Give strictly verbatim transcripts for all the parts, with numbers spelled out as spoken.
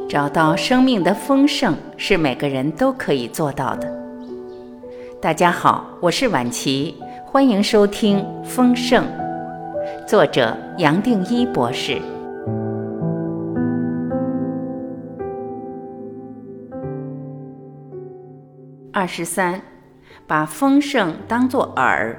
找到生命的丰盛是每个人都可以做到的。大家好，我是婉琪，欢迎收听丰盛，作者杨定一博士。二十三，把丰盛当作饵。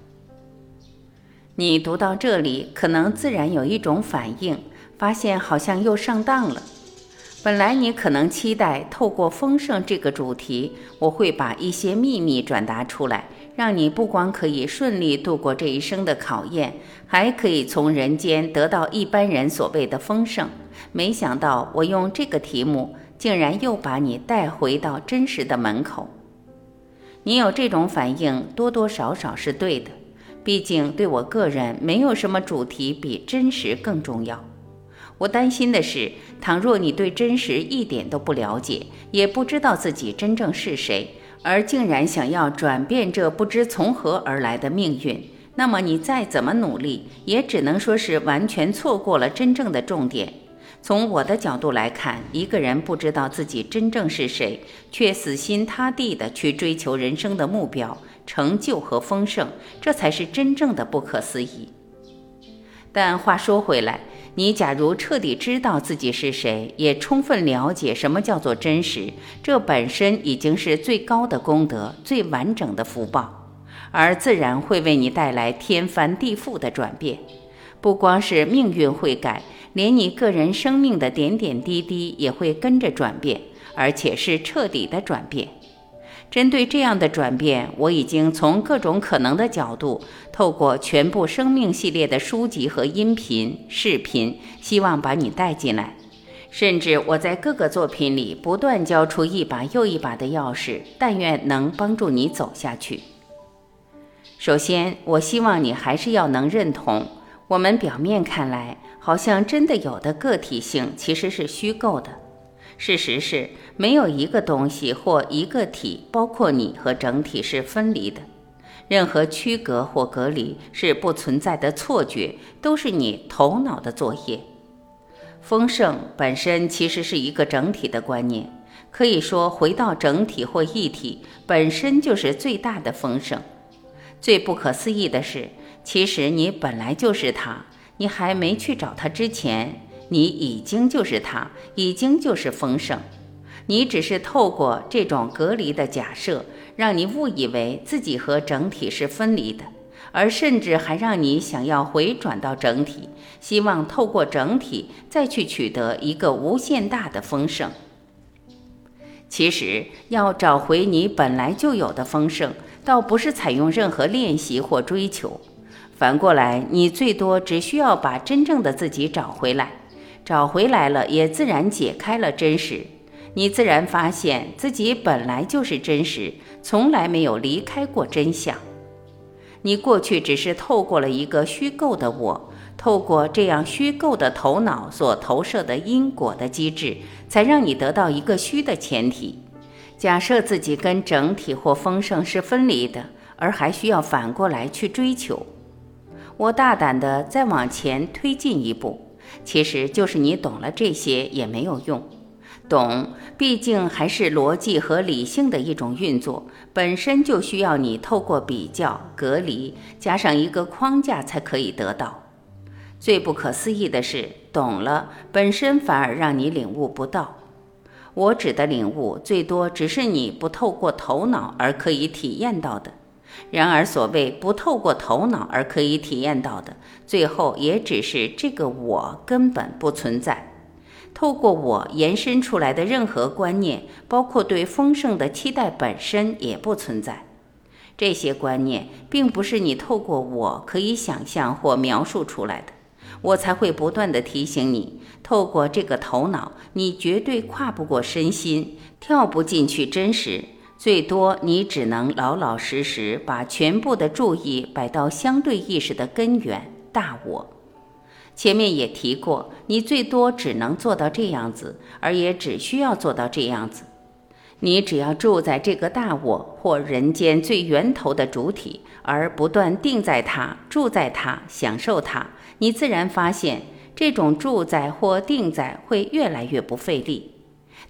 你读到这里，可能自然有一种反应，发现好像又上当了。本来你可能期待透过丰盛这个主题，我会把一些秘密转达出来，让你不光可以顺利度过这一生的考验，还可以从人间得到一般人所谓的丰盛。没想到我用这个题目，竟然又把你带回到真实的门口。你有这种反应，多多少少是对的，毕竟对我个人，没有什么主题比真实更重要。我担心的是，倘若你对真实一点都不了解，也不知道自己真正是谁，而竟然想要转变这不知从何而来的命运，那么你再怎么努力，也只能说是完全错过了真正的重点。从我的角度来看，一个人不知道自己真正是谁，却死心塌地地去追求人生的目标、成就和丰盛，这才是真正的不可思议。但话说回来，你假如彻底知道自己是谁，也充分了解什么叫做真实，这本身已经是最高的功德，最完整的福报，而自然会为你带来天翻地覆的转变。不光是命运会改，连你个人生命的点点滴滴也会跟着转变，而且是彻底的转变。针对这样的转变，我已经从各种可能的角度，透过全部生命系列的书籍和音频、视频，希望把你带进来。甚至我在各个作品里不断交出一把又一把的钥匙，但愿能帮助你走下去。首先，我希望你还是要能认同，我们表面看来好像真的有的个体性其实是虚构的。事实是，没有一个东西或一个体，包括你和整体是分离的。任何区隔或隔离是不存在的错觉，都是你头脑的作业。丰盛本身其实是一个整体的观念，可以说回到整体或一体本身就是最大的丰盛。最不可思议的是，其实你本来就是它，你还没去找它之前，你已经就是它，已经就是丰盛。你只是透过这种隔离的假设，让你误以为自己和整体是分离的，而甚至还让你想要回转到整体，希望透过整体再去取得一个无限大的丰盛。其实要找回你本来就有的丰盛，倒不是采用任何练习或追求，反过来，你最多只需要把真正的自己找回来，找回来了，也自然解开了真实。你自然发现自己本来就是真实，从来没有离开过真相。你过去只是透过了一个虚构的我，透过这样虚构的头脑所投射的因果的机制，才让你得到一个虚的前提，假设自己跟整体或丰盛是分离的，而还需要反过来去追求。我大胆地再往前推进一步，其实就是你懂了这些也没有用。懂，毕竟还是逻辑和理性的一种运作，本身就需要你透过比较、隔离，加上一个框架才可以得到。最不可思议的是，懂了，本身反而让你领悟不到。我指的领悟，最多只是你不透过头脑而可以体验到的。然而所谓不透过头脑而可以体验到的，最后也只是这个我根本不存在。透过我延伸出来的任何观念，包括对丰盛的期待本身也不存在。这些观念并不是你透过我可以想象或描述出来的，我才会不断地提醒你，透过这个头脑，你绝对跨不过身心，跳不进去真实。最多你只能老老实实把全部的注意摆到相对意识的根源大我。前面也提过，你最多只能做到这样子，而也只需要做到这样子。你只要住在这个大我或人间最源头的主体，而不断定在它、住在它、享受它，你自然发现这种住在或定在会越来越不费力。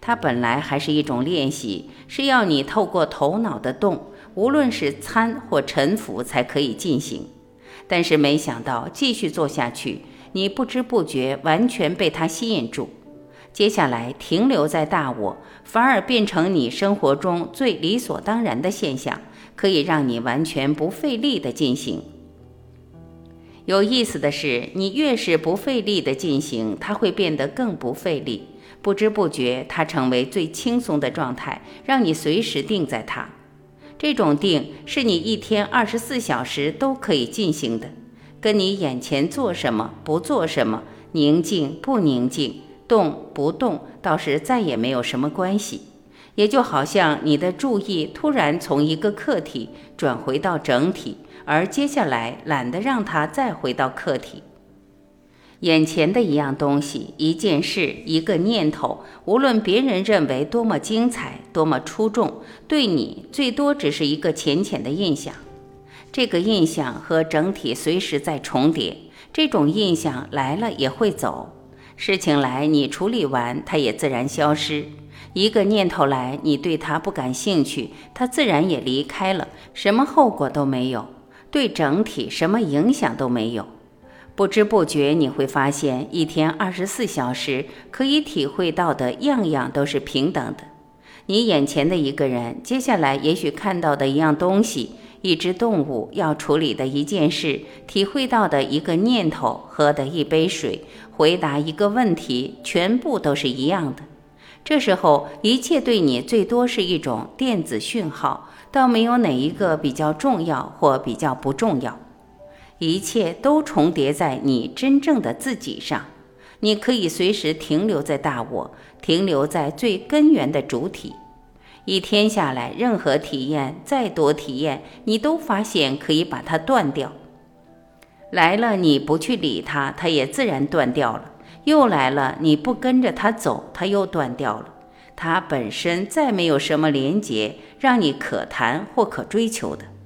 它本来还是一种练习，是要你透过头脑的动，无论是参或沉浮才可以进行。但是没想到继续做下去，你不知不觉完全被它吸引住，接下来停留在大我，反而变成你生活中最理所当然的现象，可以让你完全不费力地进行。有意思的是，你越是不费力地进行，它会变得更不费力，不知不觉它成为最轻松的状态，让你随时定在它。这种定是你一天二十四小时都可以进行的，跟你眼前做什么不做什么，宁静不宁静，动不动，倒是再也没有什么关系。也就好像你的注意突然从一个客体转回到整体，而接下来懒得让它再回到客体。眼前的一样东西，一件事，一个念头，无论别人认为多么精彩，多么出众，对你最多只是一个浅浅的印象。这个印象和整体随时在重叠，这种印象来了也会走，事情来你处理完，它也自然消失。一个念头来，你对它不感兴趣，它自然也离开了，什么后果都没有，对整体什么影响都没有。不知不觉你会发现，一天二十四小时可以体会到的样样都是平等的。你眼前的一个人，接下来也许看到的一样东西，一只动物，要处理的一件事，体会到的一个念头，喝的一杯水，回答一个问题，全部都是一样的。这时候一切对你最多是一种电子讯号，倒没有哪一个比较重要或比较不重要，一切都重叠在你真正的自己上。你可以随时停留在大我，停留在最根源的主体。一天下来，任何体验，再多体验，你都发现可以把它断掉。来了你不去理它，它也自然断掉了。又来了，你不跟着它走，它又断掉了。它本身再没有什么连结，让你可谈或可追求的。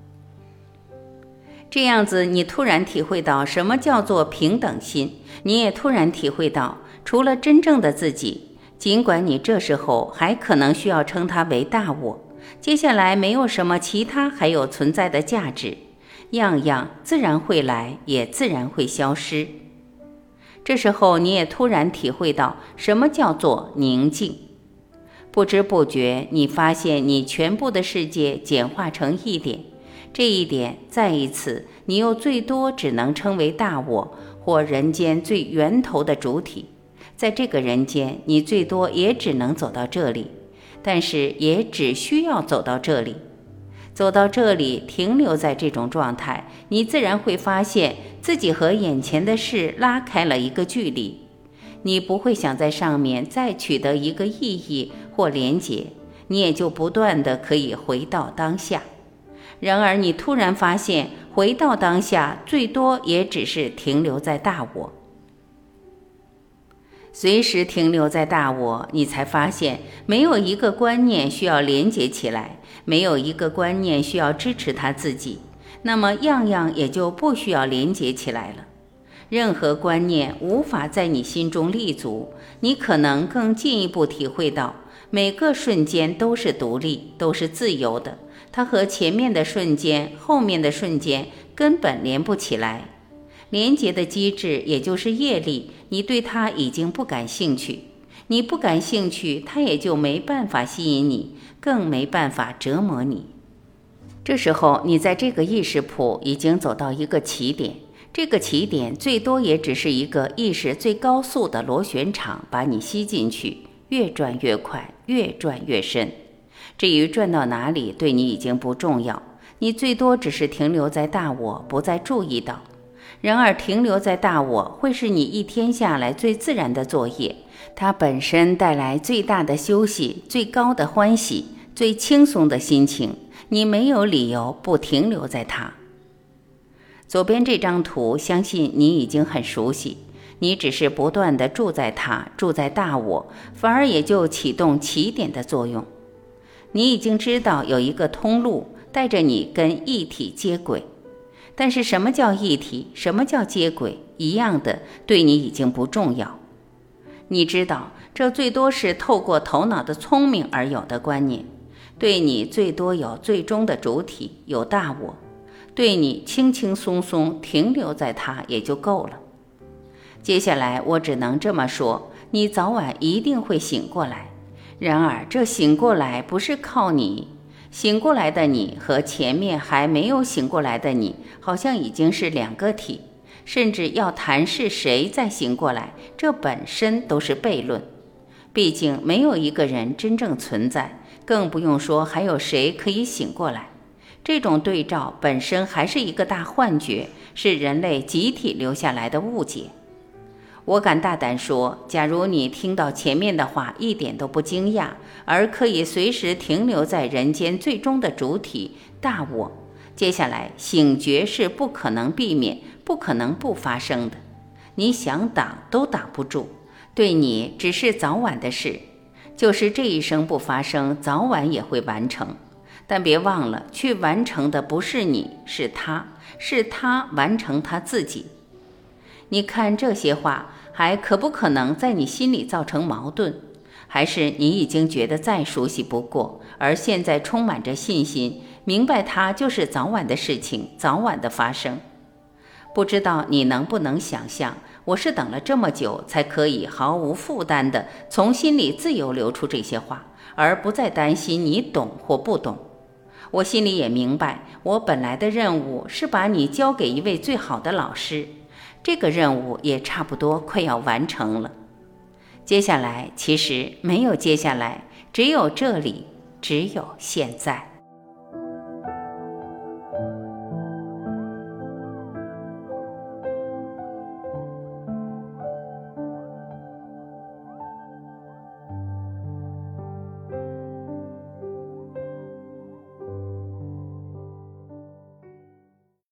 这样子，你突然体会到什么叫做平等心，你也突然体会到，除了真正的自己，尽管你这时候还可能需要称它为大我，接下来没有什么其他还有存在的价值，样样自然会来，也自然会消失。这时候你也突然体会到什么叫做宁静。不知不觉你发现你全部的世界简化成一点，这一点再一次你又最多只能称为大我，或人间最源头的主体。在这个人间，你最多也只能走到这里，但是也只需要走到这里。走到这里，停留在这种状态，你自然会发现自己和眼前的事拉开了一个距离。你不会想在上面再取得一个意义或连结，你也就不断的可以回到当下。然而你突然发现，回到当下最多也只是停留在大我。随时停留在大我，你才发现没有一个观念需要连结起来，没有一个观念需要支持他自己，那么样样也就不需要连结起来了。任何观念无法在你心中立足，你可能更进一步体会到，每个瞬间都是独立，都是自由的，它和前面的瞬间、后面的瞬间根本连不起来。连结的机制也就是业力，你对它已经不感兴趣，你不感兴趣，它也就没办法吸引你，更没办法折磨你。这时候你在这个意识谱已经走到一个起点，这个起点最多也只是一个意识最高速的螺旋场，把你吸进去，越转越快，越转越深。至于转到哪里，对你已经不重要，你最多只是停留在大我，不再注意到。然而停留在大我会是你一天下来最自然的作业，它本身带来最大的休息，最高的欢喜，最轻松的心情，你没有理由不停留在它。左边这张图相信你已经很熟悉，你只是不断地住在它，住在大我，反而也就启动起点的作用。你已经知道有一个通路带着你跟一体接轨，但是什么叫一体，什么叫接轨，一样的，对你已经不重要。你知道这最多是透过头脑的聪明而有的观念，对你最多有最终的主体，有大我，对你轻轻松松停留在它也就够了。接下来我只能这么说，你早晚一定会醒过来。然而这醒过来不是靠你，醒过来的你和前面还没有醒过来的你好像已经是两个体，甚至要谈是谁再醒过来，这本身都是悖论。毕竟没有一个人真正存在，更不用说还有谁可以醒过来。这种对照本身还是一个大幻觉，是人类集体留下来的误解。我敢大胆说，假如你听到前面的话一点都不惊讶，而可以随时停留在人间最终的主体大我，接下来醒觉是不可能避免，不可能不发生的。你想挡都挡不住，对你只是早晚的事，就是这一生不发生，早晚也会完成。但别忘了，去完成的不是你，是他，是他完成他自己。你看这些话还可不可能在你心里造成矛盾？还是你已经觉得再熟悉不过，而现在充满着信心，明白它就是早晚的事情，早晚的发生？不知道你能不能想象，我是等了这么久才可以毫无负担地从心里自由流出这些话，而不再担心你懂或不懂。我心里也明白，我本来的任务是把你交给一位最好的老师，这个任务也差不多快要完成了。接下来其实没有接下来，只有这里，只有现在。